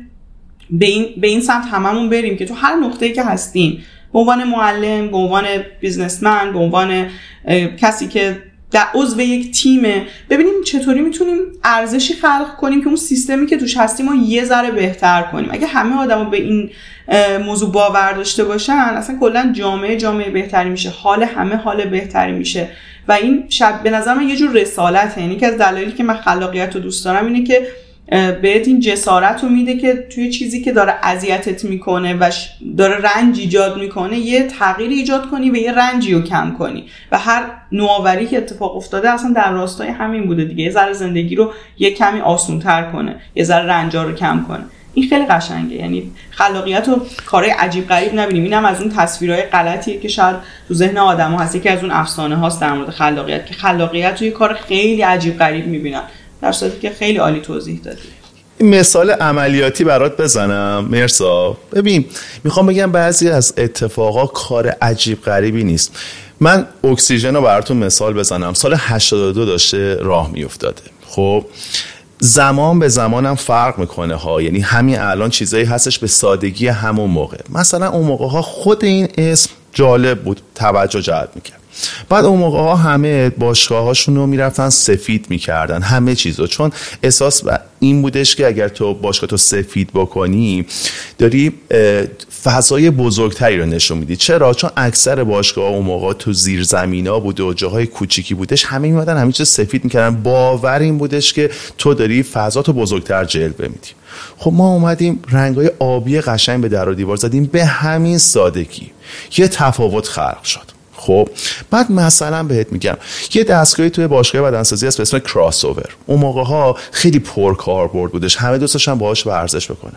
به این سمت هممون بریم که تو هر نقطه‌ای که هستیم، به عنوان معلم، به عنوان بیزنسمن، به عنوان کسی که در عضو یک تیمه، ببینیم چطوری میتونیم ارزشی خلق کنیم که اون سیستمی که توش هستیم رو یه ذره بهتر کنیم. اگه همه آدما به این موضوع باور داشته باشن، اصلا کلا جامعه بهتری میشه، حال همه حال بهتری میشه و این به نظر من یه جور رسالته. یعنی که از دلایلی که من خلاقیت رو دوست دارم اینه که بهت این جسارت رو میده که توی چیزی که داره اذیتت میکنه و داره رنج ایجاد میکنه یه تغییر ایجاد کنی و یه رنجی رو کم کنی و هر نوآوری که اتفاق افتاده اصلا در راستای همین بوده دیگه، یه ذره زندگی رو یه کمی آسان‌تر کنه، یه ذره رنجا رو کم کنه. این خیلی قشنگه. یعنی خلاقیت رو کارهای عجیب غریب نبینیم. اینم از اون تصویرهای غلطیه که شاید تو ذهن آدم‌ها هست، که از اون افسانه هاست در مورد خلاقیت که خلاقیت رو یه کار خیلی عجیب غریب میبینن، در صورتی که خیلی عالی توضیح دادی. مثال عملیاتی برات بزنم مرسا. ببین میخوام بگم بعضی از اتفاقا کار عجیب غریبی نیست. من اکسیژن رو براتون مثال بزنم. سال 82 داشته راه میافتاده. خب زمان به زمانم فرق میکنه ها، یعنی همین الان چیزایی هستش به سادگی همون موقع. مثلا اون موقع ها خود این اسم جالب بود، توجه جلب میکرد. بعد اون موقع ها همه باشگاه هاشون رو میرفتن سفید میکردن همه چیزو، چون احساس این بودش که اگر تو باشگاه تو سفید بکنی داری فضای بزرگتری رو نشون میدی. چرا؟ چون اکثر باشگاه ها اون موقع تو زیر زمینا بوده و جاهای کوچیکی بودش، همه میمدن همه چیز سفید میکردن. باور این بودش که تو داری فضا تو بزرگتر جلوه میدی. خب ما اومدیم رنگای آبی قشنگ به در و دیوار زدیم، به همین سادگی یه تفاوت خلق شد. خب بعد مثلا بهت میگم یه دستگاهی توی باشگاه بدنسازی هست به اسم کراس اوور. اون موقع ها خیلی پرکاربرد بودش، همه دوست داشتن باهاش ورزش بکنن.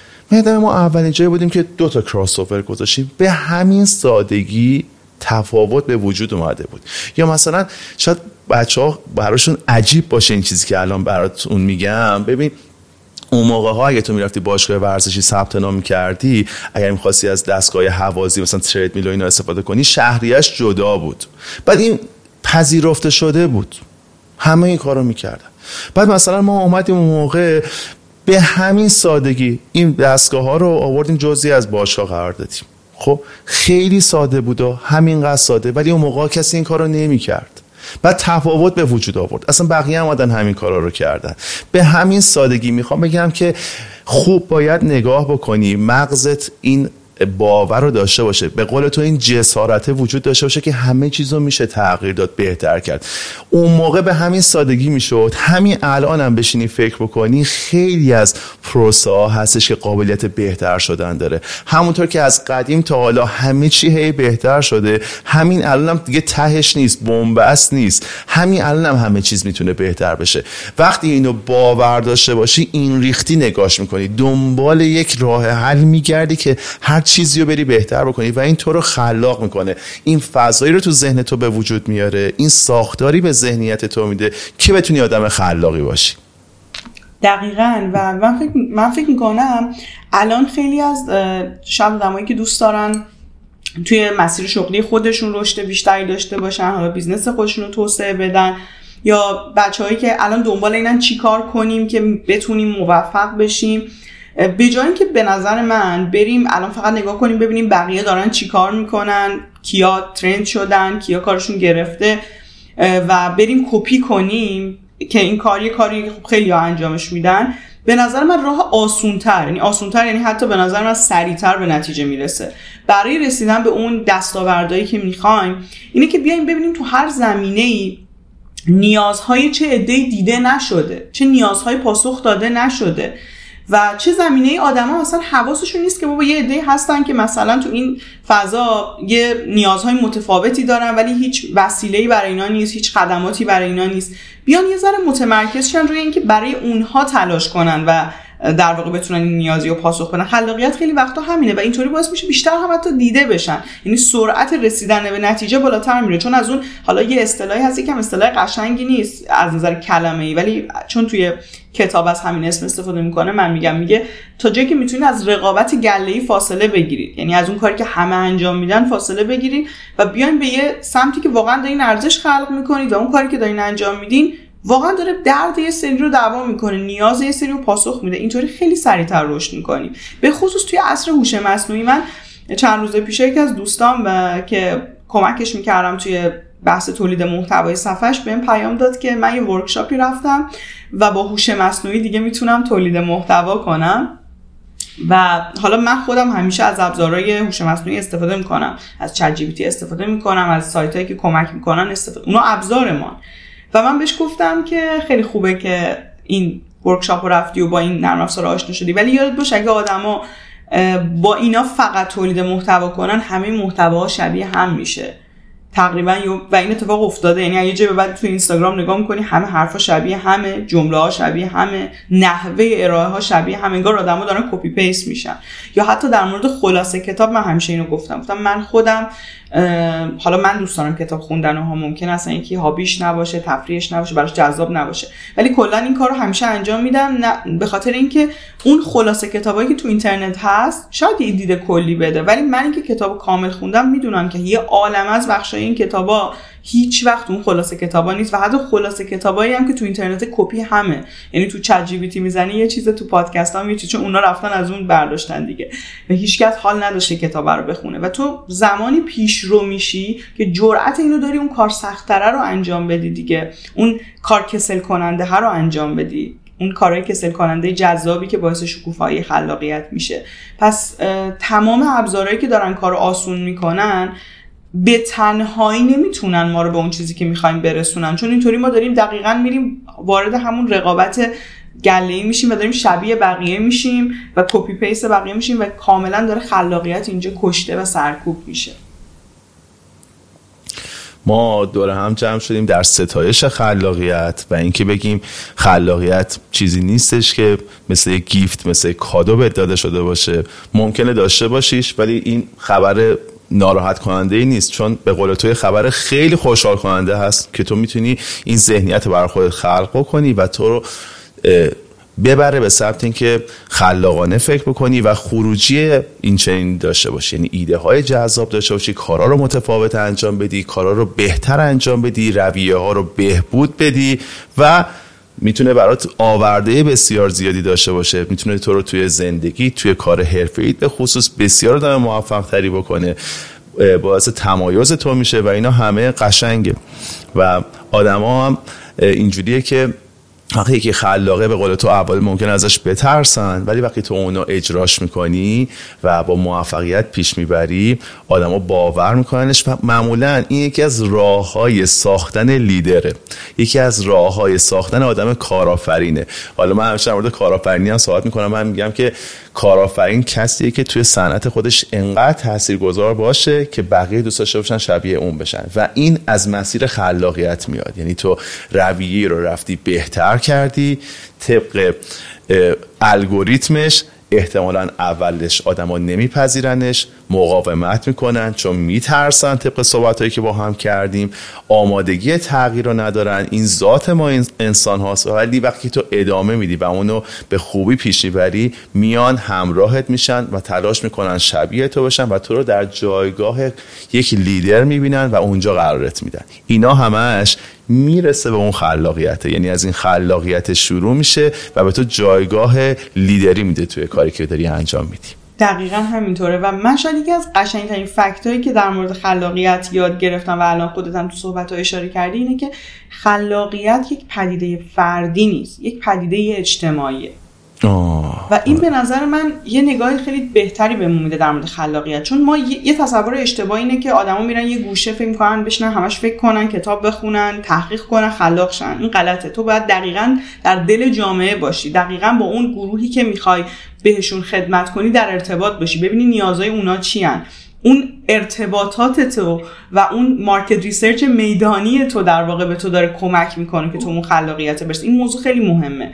ما اولین جایی بودیم که 2 تا کراس اوور گذاشتیم، به همین سادگی تفاوت به وجود اومده بود. یا مثلا شاید بچه‌ها براشون عجیب باشه این چیزی که الان براتون میگم. ببین اون موقع ها اگه تو میرفتی باشگاه ورزشی ثبت نام می‌کردی، اگر می‌خواستی از دستگاه هوازی مثلا ترید میل و اینا استفاده کنی، شهریه‌اش جدا بود. بعد این پذیرفته شده بود، همه این کارو می‌کردن. بعد مثلا ما اومدیم اون موقع به همین سادگی این دستگاه‌ها رو آوردیم جزئی از باشگاه قرار دادیم. خب خیلی ساده بود و همینقدر ساده، ولی اون موقع کسی این کارو نمی‌کرد. بعد تفاوت به وجود آورد، اصلا بقیه هم اومدن همین کارا رو کردن. به همین سادگی میخوام بگم که خوب باید نگاه بکنی، مغزت این باور رو داشته باشه، به قول تو این جسارت وجود داشته باشه که همه چیزو میشه تغییر داد، بهتر کرد. اون موقع به همین سادگی میشد. همین الان هم بشینی فکر بکنی خیلی از پروسه ها هستش که قابلیت بهتر شدن داره. همونطور که از قدیم تا حالا همه چی هی بهتر شده، همین الان هم دیگه تهش نیست، بن‌بست نیست. همین الان هم همه چیز میتونه بهتر بشه. وقتی اینو باور داشته باشی، این ریختی نگاش میکنی، دنبال یک راه حل میگردی که هر چیزی رو بری بهتر بکنی و این تو رو خلاق میکنه. این فضایی رو تو ذهن تو به وجود میاره، این ساختاری به ذهنیت تو میده که بتونی آدم خلاقی باشی. دقیقاً. و من فکر میکنم الان خیلی از شاید آدمایی که دوست دارن توی مسیر شغلی خودشون رشد بیشتری داشته باشن، حالا بیزنس خودشون رو توسعه بدن، یا بچه‌هایی که الان دنبال اینن چی کار کنیم که بتونیم موفق بشیم، به جای اینکه به نظر من بریم الان فقط نگاه کنیم ببینیم بقیه دارن چی کار میکنن، کیا ترند شدن، کیا کارشون گرفته و بریم کپی کنیم که این کاری خیلی ها انجامش میدن، به نظر من راه آسونتر، یعنی حتی به نظر من سریعتر به نتیجه میرسه. برای رسیدن به اون دستاوردهایی که میخوایم اینه که بیایم ببینیم تو هر زمینه‌ای نیازهای چه عده‌ای دیده نشده، چه نیازهای پاسخ داده نشده و چه زمینه‌ای آدم‌ها اصلا حواسشون نیست که بابا یه عده‌ای هستن که مثلا تو این فضا یه نیازهای متفاوتی دارن ولی هیچ وسیله‌ای برای اینا نیست، هیچ خدماتی برای اینا نیست. بیان یه ذره متمرکز شن روی اینکه برای اونها تلاش کنن و در واقع بتونن این نیازی رو پاسخ بدن. خلاقیت خیلی وقتا همینه و اینطوری باعث میشه بیشتر هم حتی دیده بشن، یعنی سرعت رسیدن به نتیجه بالاتر میره. چون از اون حالا یه اصطلاحی هست که اصطلاح قشنگی نیست از نظر کلمه‌ای، ولی چون توی کتاب از همین اسم استفاده میکنه، من میگه تا جایی که میتونید از رقابت گله‌ای فاصله بگیرید، یعنی از اون کاری که همه انجام میدن فاصله بگیرید و بیاین به یه سمتی که واقعا دارین ارزش خلق میکنید و اون کاری که دارین انجام میدین واقعا داره درد یه سری رو دوا میکنه، نیاز یه سری رو پاسخ میده. اینطوری خیلی سریعتر رشد میکنیم. به خصوص توی عصر هوش مصنوعی، من چند روز پیش یکی از دوستام که کمکش میکردم توی بحث تولید محتوای صفحش بهم پیام داد که من یه ورکشاپی رفتم و با هوش مصنوعی دیگه میتونم تولید محتوا کنم. و حالا من خودم همیشه از ابزارهای هوش مصنوعی استفاده میکنم، از چت جی پی تی استفاده میکنم، از سایتایی که کمک میکنن اونا ابزارمان. و من بهش گفتم که خیلی خوبه که این ورکشاپ رو رفتی و با این نرم افزار آشنا شدی، ولی یادت باشه اگه آدما با اینا فقط تولید محتوا کنن، همه محتواها شبیه هم میشه تقریبا. و این اتفاق افتاده، یعنی اگه جه بعد تو اینستاگرام نگاه میکنی همه حرفا شبیه همه، جمله ها شبیه همه، نحوه ارائه ها شبیه همه، انگار آدما دارن کپی پیست میشن. یا حتی در مورد خلاصه کتاب من همیشه اینو گفتم من خودم حالا من دوست دارم کتاب خوندن ها، ممکن است یکی هابیش نباشه، تفریحش نباشه، براش جذاب نباشه، ولی کلا این کارو همیشه انجام میدم، نه به خاطر اینکه اون خلاصه کتابایی که تو اینترنت هست شاید یه دید کلی بده، ولی من اینکه کتاب کامل خوندم میدونم که یه عالمه از بخشای این کتابا هیچ وقت اون خلاصه کتابا نیست و حتی خلاصه کتابایی هم که تو اینترنت کپی همه، یعنی تو چت جی پی تی میزنی یه چیز، تو پادکست ها یه چیز، چون اونا رفتن از اون برداشتن دیگه و هیچکس حال نداشته کتابا رو بخونه. و تو زمانی پیش رو میشی که جرأت اینو داری اون کار سخت‌تره رو انجام بدی دیگه، اون کار کسل کننده ها رو انجام بدی، اون کارهای کسل کننده جذابی که باعث شکوفایی خلاقیت میشه. پس تمام ابزارهایی که دارن کارو آسون میکنن به تنهایی نمیتونن ما رو به اون چیزی که میخوایم برسونن، چون اینطوری ما داریم دقیقاً میریم وارد همون رقابت گله‌ای میشیم و داریم شبیه بقیه میشیم و کپی پیست بقیه میشیم و کاملا داره خلاقیت اینجا کشته و سرکوب میشه. ما دور هم جمع شدیم در ستایش خلاقیت و اینکه بگیم خلاقیت چیزی نیستش که مثل یک گیفت، مثل یک کادو بهت داده شده باشه. ممکنه داشته باشیش ولی این خبر ناراحت کننده ای نیست، چون به قول توی خبر خیلی خوشحال کننده هست که تو میتونی این ذهنیت برای خودت خلق کنی و تو رو ببره به سمت اینکه خلاقانه فکر بکنی و خروجی این چنین داشته باشی، یعنی ایده های جذاب داشته باشی، کارا رو متفاوت انجام بدی، کارا رو بهتر انجام بدی، رویه ها رو بهبود بدی و میتونه برات آورده بسیار زیادی داشته باشه، میتونه تو رو توی زندگی، توی کار حرفه‌ایت به خصوص بسیار آدم موفق تری بکنه، باعث تمایز تو میشه و اینا همه قشنگه. و آدما هم اینجوریه که وقتی یکی خلاقه به قول تو اول ممکن ازش بترسن، ولی وقتی تو اونو اجراش میکنی و با موفقیت پیش میبری آدما باور میکننش و معمولا این یکی از راههای ساختن لیدره، یکی از راههای ساختن آدم کارآفرینه. حالا من همیشه در مورد کارآفرینی هم صحبت میکنم، من میگم که کارآفرین کسیه که توی صنعت خودش انقدر تاثیرگذار باشه که بقیه دوست داشته باشن شبیه اون بشن و این از مسیر خلاقیت میاد. یعنی تو رویه رو رفتی بهتر کردی طبق الگوریتمش، احتمالاً اولش آدما نمیپذیرنش، مقاومت میکنن چون میترسن طبق صحبتایی که با هم کردیم، آمادگی تغییر رو ندارن. این ذات ما انسان هاست، ولی وقتی تو ادامه میدی و اونو به خوبی پیش میبری میان همراهت میشن و تلاش میکنن شبیه تو بشن و تو رو در جایگاه یک لیدر میبینن و اونجا قرارت میدن. اینا همش میرسه به اون خلاقیته، یعنی از این خلاقیت شروع میشه و به تو جایگاه لیدری میده توی کاری که داری انجام میدی. دقیقا همینطوره. و من شاید یکی از قشنگترین فکتایی که در مورد خلاقیت یاد گرفتم و الان خودت هم تو صحبت‌ها اشاره کردی اینه که خلاقیت یک پدیده فردی نیست، یک پدیده اجتماعیه. و این به نظر من یه نگاه خیلی بهتری بهمون میده در مورد خلاقیت، چون ما یه تصور اشتباهی اینه که آدما میرن یه گوشه فکر میکنن بشینن همش فکر کنن، کتاب بخونن، تحقیق کنن، خلاق شن. این غلطه. تو باید دقیقاً در دل جامعه باشی، دقیقاً با اون گروهی که میخوای بهشون خدمت کنی در ارتباط باشی، ببینی نیازهای اونا چی هن. اون ارتباطات تو و اون مارکت ریسرچ میدانی تو در واقع به تو داره کمک میکنه که تو اون خلاقیت برسی. این موضوع خیلی مهمه.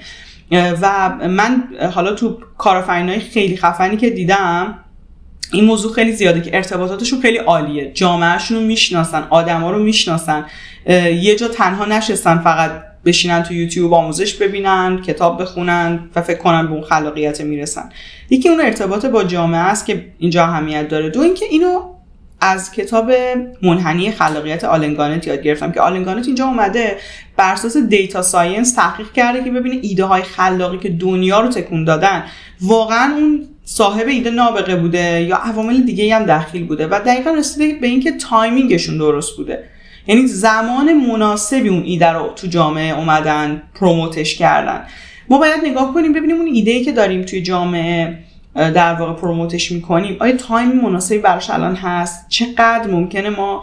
و من حالا تو کارآفرینای خیلی خفنی که دیدم این موضوع خیلی زیاده که ارتباطاتشون خیلی عالیه، جامعهشون رو میشناسن، آدما رو میشناسن، یه جا تنها نشستن فقط بشینن تو یوتیوب آموزش ببینن، کتاب بخونن و فکر کنن به اون خلاقیت میرسن. یکی اون ارتباط با جامعه است که اینجا اهمیت داره. دو اینکه اینو از کتاب منحنی خلاقیت آلن گانت یاد گرفتم که آلن گانت اینجا اومده بر اساس دیتا ساینس تحقیق کرده که ببینه ایده های خلاقی که دنیا رو تکون دادن واقعا اون صاحب ایده نابغه بوده یا عوامل دیگه هم دخیل بوده و دقیقاً رسیده به اینکه تایمینگشون درست بوده، یعنی زمان مناسبی اون ایده رو تو جامعه اومدن پروموتش کردن. ما باید نگاه کنیم ببینیم اون ایده‌ای که داریم توی جامعه در واقع پروموتش میکنیم آیا تایم مناسبی براش الان هست، چقدر ممکنه ما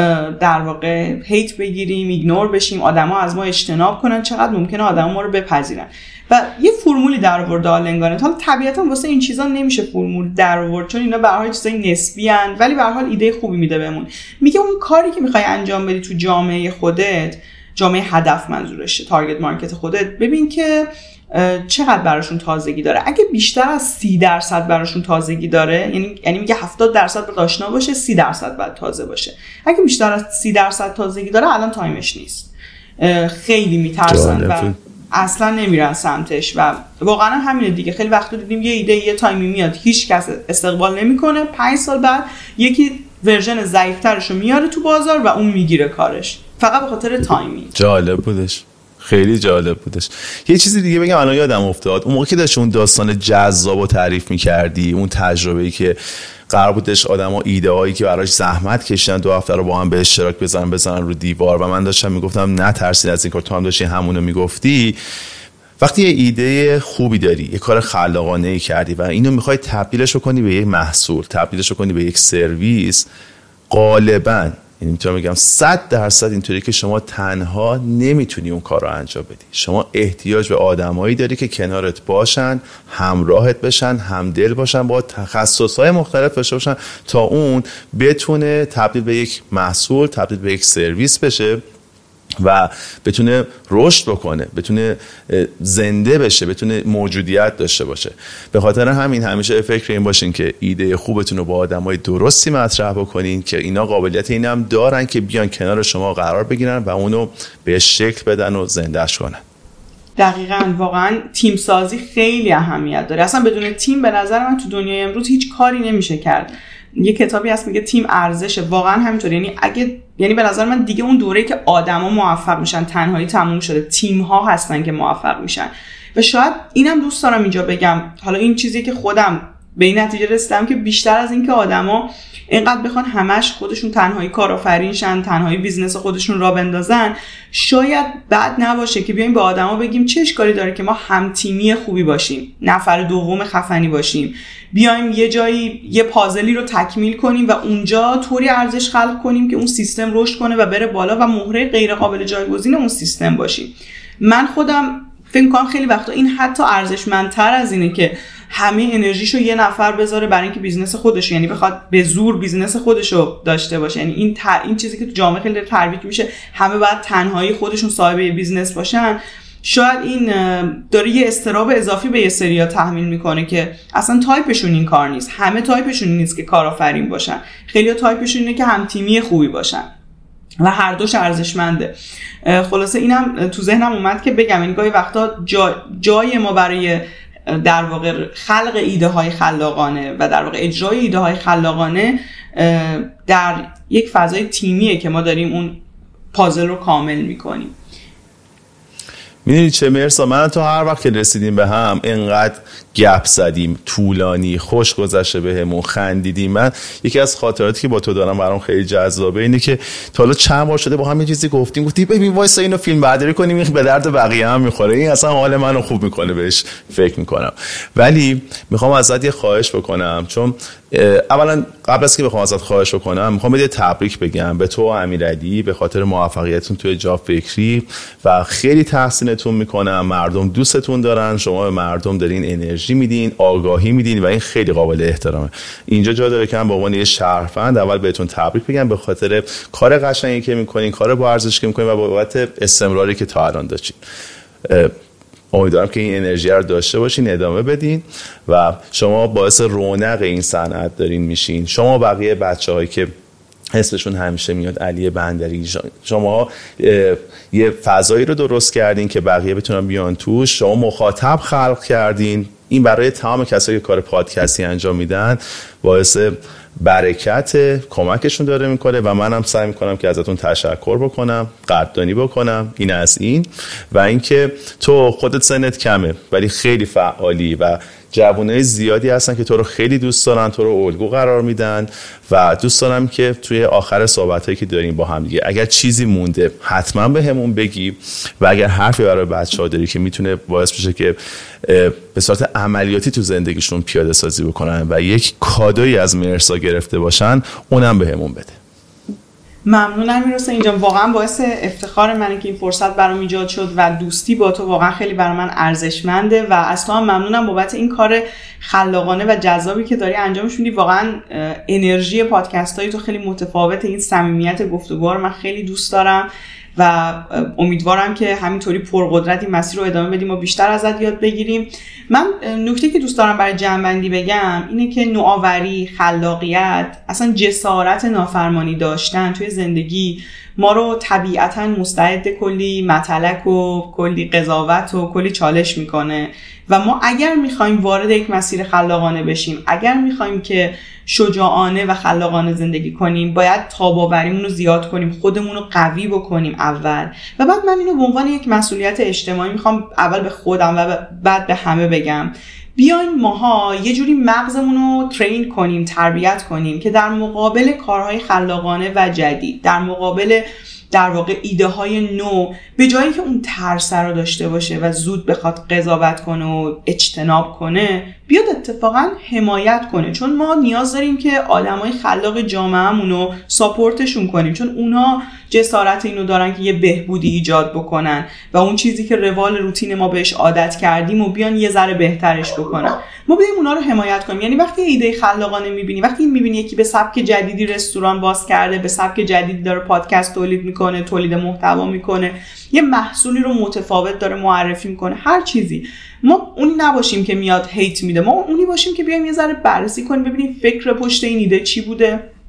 در واقع هیت بگیریم، ایگنور بشیم، آدما از ما اجتناب کنن، چقدر ممکنه آدما ما رو بپذیرن. و یه فرمولی در آورد آلن گانت. حالا طبیعتا واسه این چیزا نمیشه فرمول در آورد چون اینا به هر حال چیزای نسبی ان، ولی به هر حال ایده خوبی میده بهمون. میگه اون کاری که میخوای انجام بدی تو جامعه خودت، جامعه هدف منظورشه، تارگت مارکت خودت، ببین که چقدر براشون تازگی داره. اگه بیشتر از 30% براشون تازگی داره، یعنی میگه 70% باید آشنا باشه، 30% باید تازه باشه. اگه بیشتر از 30% تازگی داره الان تایمش نیست. خیلی میترسن و اصلا نمیرن سمتش و واقعا همینه دیگه. خیلی وقتا دیدیم یه ایده یه تایمی میاد هیچ کس استقبال نمیکنه، 5 سال بعد یکی ورژن ضعیف‌ترشو میاره تو بازار و اون میگیره کارش فقط به خاطر تایمی. جالب بودش، خیلی جالب بودش. یه چیزی دیگه بگم الان یادم افتاد، اون موقع که داشت اون داستان جذاب و تعریف می‌کردی، اون تجربه‌ای که قرار بودش آدما ایده هایی که براش زحمت کشیدن 2 هفته رو با هم به اشتراک بزنن رو دیوار و من داشتم میگفتم نترسید از این کار، تو هم داشتی همونو میگفتی. وقتی یه ایده خوبی داری، یه کار خلاقانه‌ای کردی و اینو میخوای تبدیلش کنی به یک محصول، تبدیلش کنی به یک سرویس، غالباً یعنی میتونم بگم 100% اینطوری که شما تنها نمیتونی اون کار رو انجام بدی. شما احتیاج به آدمایی داری که کنارت باشن، همراهت بشن، همدل باشن، با تخصصهای مختلف داشته باشن تا اون بتونه تبدیل به یک محصول، تبدیل به یک سرویس بشه و بتونه رشد بکنه، بتونه زنده بشه، بتونه موجودیت داشته باشه. به خاطر همین همیشه فکر این باشین که ایده خوبتون رو با آدمای درستی مطرح بکنین که اینا قابلیت اینم دارن که بیان کنار شما قرار بگیرن و اونو به شکل بدن و زندهش کنن. دقیقاً واقعا تیم سازی خیلی اهمیت داره. اصلا بدون تیم به نظر من تو دنیای امروز هیچ کاری نمیشه کرد. یه کتابی هست میگه تیم ارزشه، واقعا همینطوره. یعنی به نظر من دیگه اون دوره‌ای که آدما موفق میشن تنهایی تموم شده، تیم ها هستن که موفق میشن. و شاید اینم دوست دارم اینجا بگم، حالا این چیزی که خودم به این نتیجه رسیدم که بیشتر از این که آدما اینقدر بخوان همش خودشون تنهایی کارآفرین شن، تنهایی بیزنس خودشون را بندازن، شاید بد نباشه که بیایم به آدما بگیم چه اشکالی داره که ما هم تیمی خوبی باشیم، نفر دوم خفنی باشیم، بیایم یه جایی یه پازلی رو تکمیل کنیم و اونجا طوری ارزش خلق کنیم که اون سیستم رشد کنه و بره بالا و مهره غیر قابل جایگزین اون سیستم باشیم. من خودم فکر می‌کنم خیلی وقتا این حتی ارزشمندتر از اینه که همه انرژیشو یه نفر بذاره برای اینکه بیزنس خودش، یعنی بخواد به زور بیزنس خودشو داشته باشه. یعنی این چیزی که تو جامعه خیلی ترویج میشه، همه باید تنهایی خودشون صاحب بیزنس باشن. شاید این داره یه اضطراب اضافی به یه سریا تحمیل میکنه که اصلا تایپشون این کار نیست. همه تایپشون نیست که کارآفرین باشن، خیلی‌ها تایپشون اینه که هم تیمی خوبی باشن و هر دوش ارزشمنده. خلاصه اینم تو ذهنم اومد که بگم این گاهی وقتا جای ما برای در واقع خلق ایده های خلاقانه و در واقع اجرای ایده های خلاقانه در یک فضای تیمیه که ما داریم اون پازل رو کامل میکنیم. میدونی چه مرسا، من تو هر وقت که رسیدیم به هم اینقدر گپ زدیم، طولانی، خوش گذشته بهمون، خندیدیم. من یکی از خاطراتی که با تو دارم برام خیلی جذابه اینه که تا حالا چند بار شده با هم یه چیزی گفتیم ببین وایسا اینو فیلم برداری کنیم، این به درد بقیه هم میخوره، این اصلا حال منو خوب میکنه، بهش فکر میکنم. ولی میخوام ازت یه خواهش بکنم، چون اولا قبل از که بخوام ازت خواهش بکنم میخوام یه تبریک بگم به تو و امیرعلی به خاطر موفقیتتون توی جاب فکری و خیلی تحسینتون میکنم. مردم دوستتون دارن، شما به مردم دارین انرژی میدین، آگاهی میدین و این خیلی قابل احترامه. اینجا جا داره که من به عنوان یه شهروند اول بهتون تبریک بگم به خاطر کار قشنگی که میکنین، کار با ارزش که میکنین و بابت استمراری که تا الان داشتین. امیدوارم که این انرژی رو داشته باشین، ادامه بدین و شما باعث رونق این صنعت دارین میشین. شما بقیه بچه‌هایی که اسمشون همیشه میاد علی بندری، شما یه فضایی رو درست کردین که بقیه بتونن بیان توش، شما مخاطب خلق کردین. این برای تمام کسایی که کار پادکستی انجام میدن باعث برکت، کمکشون داره میکنه و منم سعی میکنم که ازتون تشکر بکنم، قدردانی بکنم. این از این و اینکه تو خودت سنت کمه ولی خیلی فعالی و جوانای زیادی هستن که تو رو خیلی دوست دارن، تو رو الگو قرار میدن و دوست دارم که توی آخر صحبتایی که داریم با هم دیگه اگر چیزی مونده حتما به همون بگی و اگر حرفی برای بچه‌ها داری که میتونه باعث بشه که به صورت عملیاتی تو زندگیشون پیاده سازی بکنن و یک کادویی از مرسا گرفته باشن، اونم به همون بده. ممنونم میرسه اینجا، واقعا باعث افتخار منه که این فرصت برام ایجاد شد و دوستی با تو واقعا خیلی برای من ارزشمنده و از تو هم ممنونم بابت این کار خلاقانه و جذابی که داری انجامش میدی. واقعا انرژی پادکست های تو خیلی متفاوته، این صمیمیت گفتگو رو من خیلی دوست دارم و امیدوارم که همینطوری پرقدرت این مسیر رو ادامه بدیم و بیشتر ازت یاد بگیریم. من نکته که دوست دارم برای جمع‌بندی بگم اینه که نوآوری، خلاقیت، اصلا جسارت نافرمانی داشتن توی زندگی ما رو طبیعتاً مستعد کلی متلک و کلی قضاوت و کلی چالش میکنه و ما اگر میخوایم وارد یک مسیر خلاقانه بشیم، اگر میخوایم که شجاعانه و خلاقانه زندگی کنیم، باید تاب‌آوریمون رو زیاد کنیم، خودمون رو قوی بکنیم اول و بعد من اینو به عنوان یک مسئولیت اجتماعی میخوام اول به خودم و بعد به همه بگم. بیاین ماها یه جوری مغزمون رو ترین کنیم، تربیت کنیم که در مقابل کارهای خلاقانه و جدید، در مقابل در واقع ایده های نو، به جایی که اون ترس رو داشته باشه و زود بخواد قضاوت کنه و اجتناب کنه، بیاد اتفاقا حمایت کنه. چون ما نیاز داریم که آدمای خلاق جامعه‌مون رو ساپورتشون کنیم، چون اونا جسارت اینو دارن که یه بهبودی ایجاد بکنن و اون چیزی که روال روتین ما بهش عادت کردیم و بیان یه ذره بهترش بکنن. ما بیایم اونا رو حمایت کنیم. یعنی وقتی ایده خلاقانه می‌بینی، وقتی می‌بینی یکی به سبک جدیدی رستوران باز کرده، به سبک جدیدی داره پادکست تولید میکنه، تولید محتوا میکنه، یه محصولی رو متفاوت داره معرفی میکنه، هر چیزی، ما اونی نباشیم که میاد هیت میده، ما اونی باشیم که بیایم یه ذره بررسی کنیم، ببینیم فکر پشت این ایده چی بوده،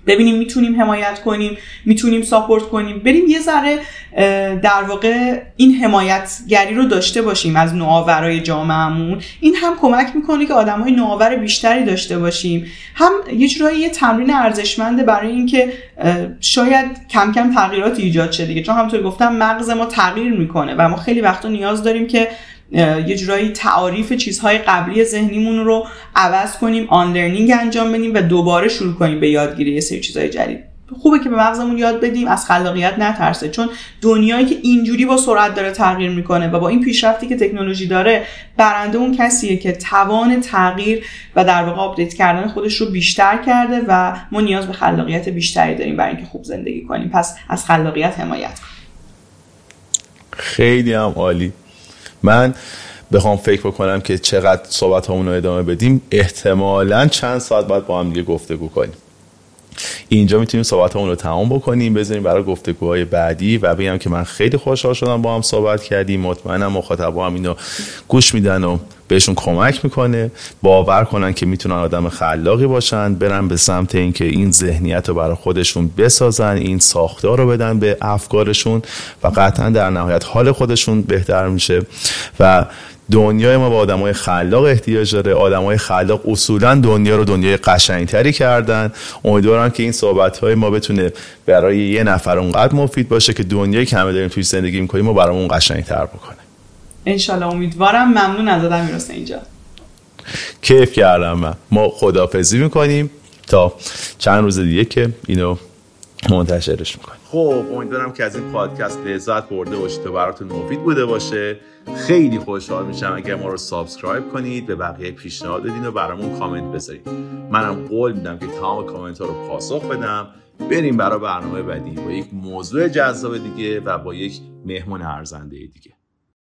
ببینیم میتونیم حمایت کنیم، میتونیم ساپورت کنیم، بریم یه ذره در واقع این حمایتگری رو داشته باشیم از نوآورای جامعهمون. این هم کمک میکنه که آدمای نوآور بیشتری داشته باشیم، هم یه جورایی یه تمرین ارزشمنده برای اینکه شاید کم کم تغییرات ایجاد شه دیگه، چون همونطور گفتم مغز ما تغییر میکنه و ما خیلی وقتا نیاز داریم که یه جورایی تعاریف چیزهای قبلی ذهنیمون رو عوض کنیم، آن لرنینگ انجام بدیم و دوباره شروع کنیم به یادگیری یه سری چیزهای جدید. خوبه که به مغزمون یاد بدیم از خلاقیت نترسه، چون دنیایی که اینجوری با سرعت داره تغییر میکنه و با این پیشرفتی که تکنولوژی داره، برنده اون کسیه که توان تغییر و در واقع آپدیت کردن خودش رو بیشتر کرده و ما نیاز به خلاقیت بیشتری داریم برای اینکه خوب زندگی کنیم. پس از خلاقیت حمایت کنیم. خیلی هم عالی. من بخوام فکر بکنم که چقدر صحبتامون رو ادامه بدیم، احتمالاً چند ساعت بعد با هم دیگه گفتگو کنیم. اینجا میتونیم صحبتامون رو تمام بکنیم، بذاریم برای گفتگوهای بعدی و بگم که من خیلی خوشحال شدم با هم صحبت کردیم. مطمئنم مخاطبا هم اینو گوش میدن و بهشون کمک میکنه، باور کنن که میتونن آدم خلاقی باشن، برن به سمت این که این ذهنیت رو برای خودشون بسازن، این ساختار رو بدن به افکارشون و قطعا در نهایت حال خودشون بهتر میشه. و دنیای ما با آدمای خلاق احتیاج داره. آدمای خلاق اصولا دنیا رو دنیای قشنگتری کردن. امیدوارم که این صحبت‌های ما بتونه برای یه نفر اونقدر مفید باشه که دنیایی که همه داریم توی زندگی می‌کنیم و برامون قشنگتر بکنه. انشالله. امیدوارم. ممنون از امیر اینجا. کیف کردم. ما خداحافظی می‌کنیم تا چند روز دیگه که اینو منتشرش می‌کنیم. خب امیدوارم که از این پادکست لذت برده باشید و براتون مفید بوده باشه. خیلی خوشحال میشم اگر ما رو سابسکرایب کنید، به بقیه پیشنهاد بدین و برامون کامنت بذارید. منم قول میدم که تمام کامنت ها رو پاسخ بدم. بریم برای برنامه بعدی با یک موضوع جذاب دیگه و با یک مهمون ارزنده دیگه.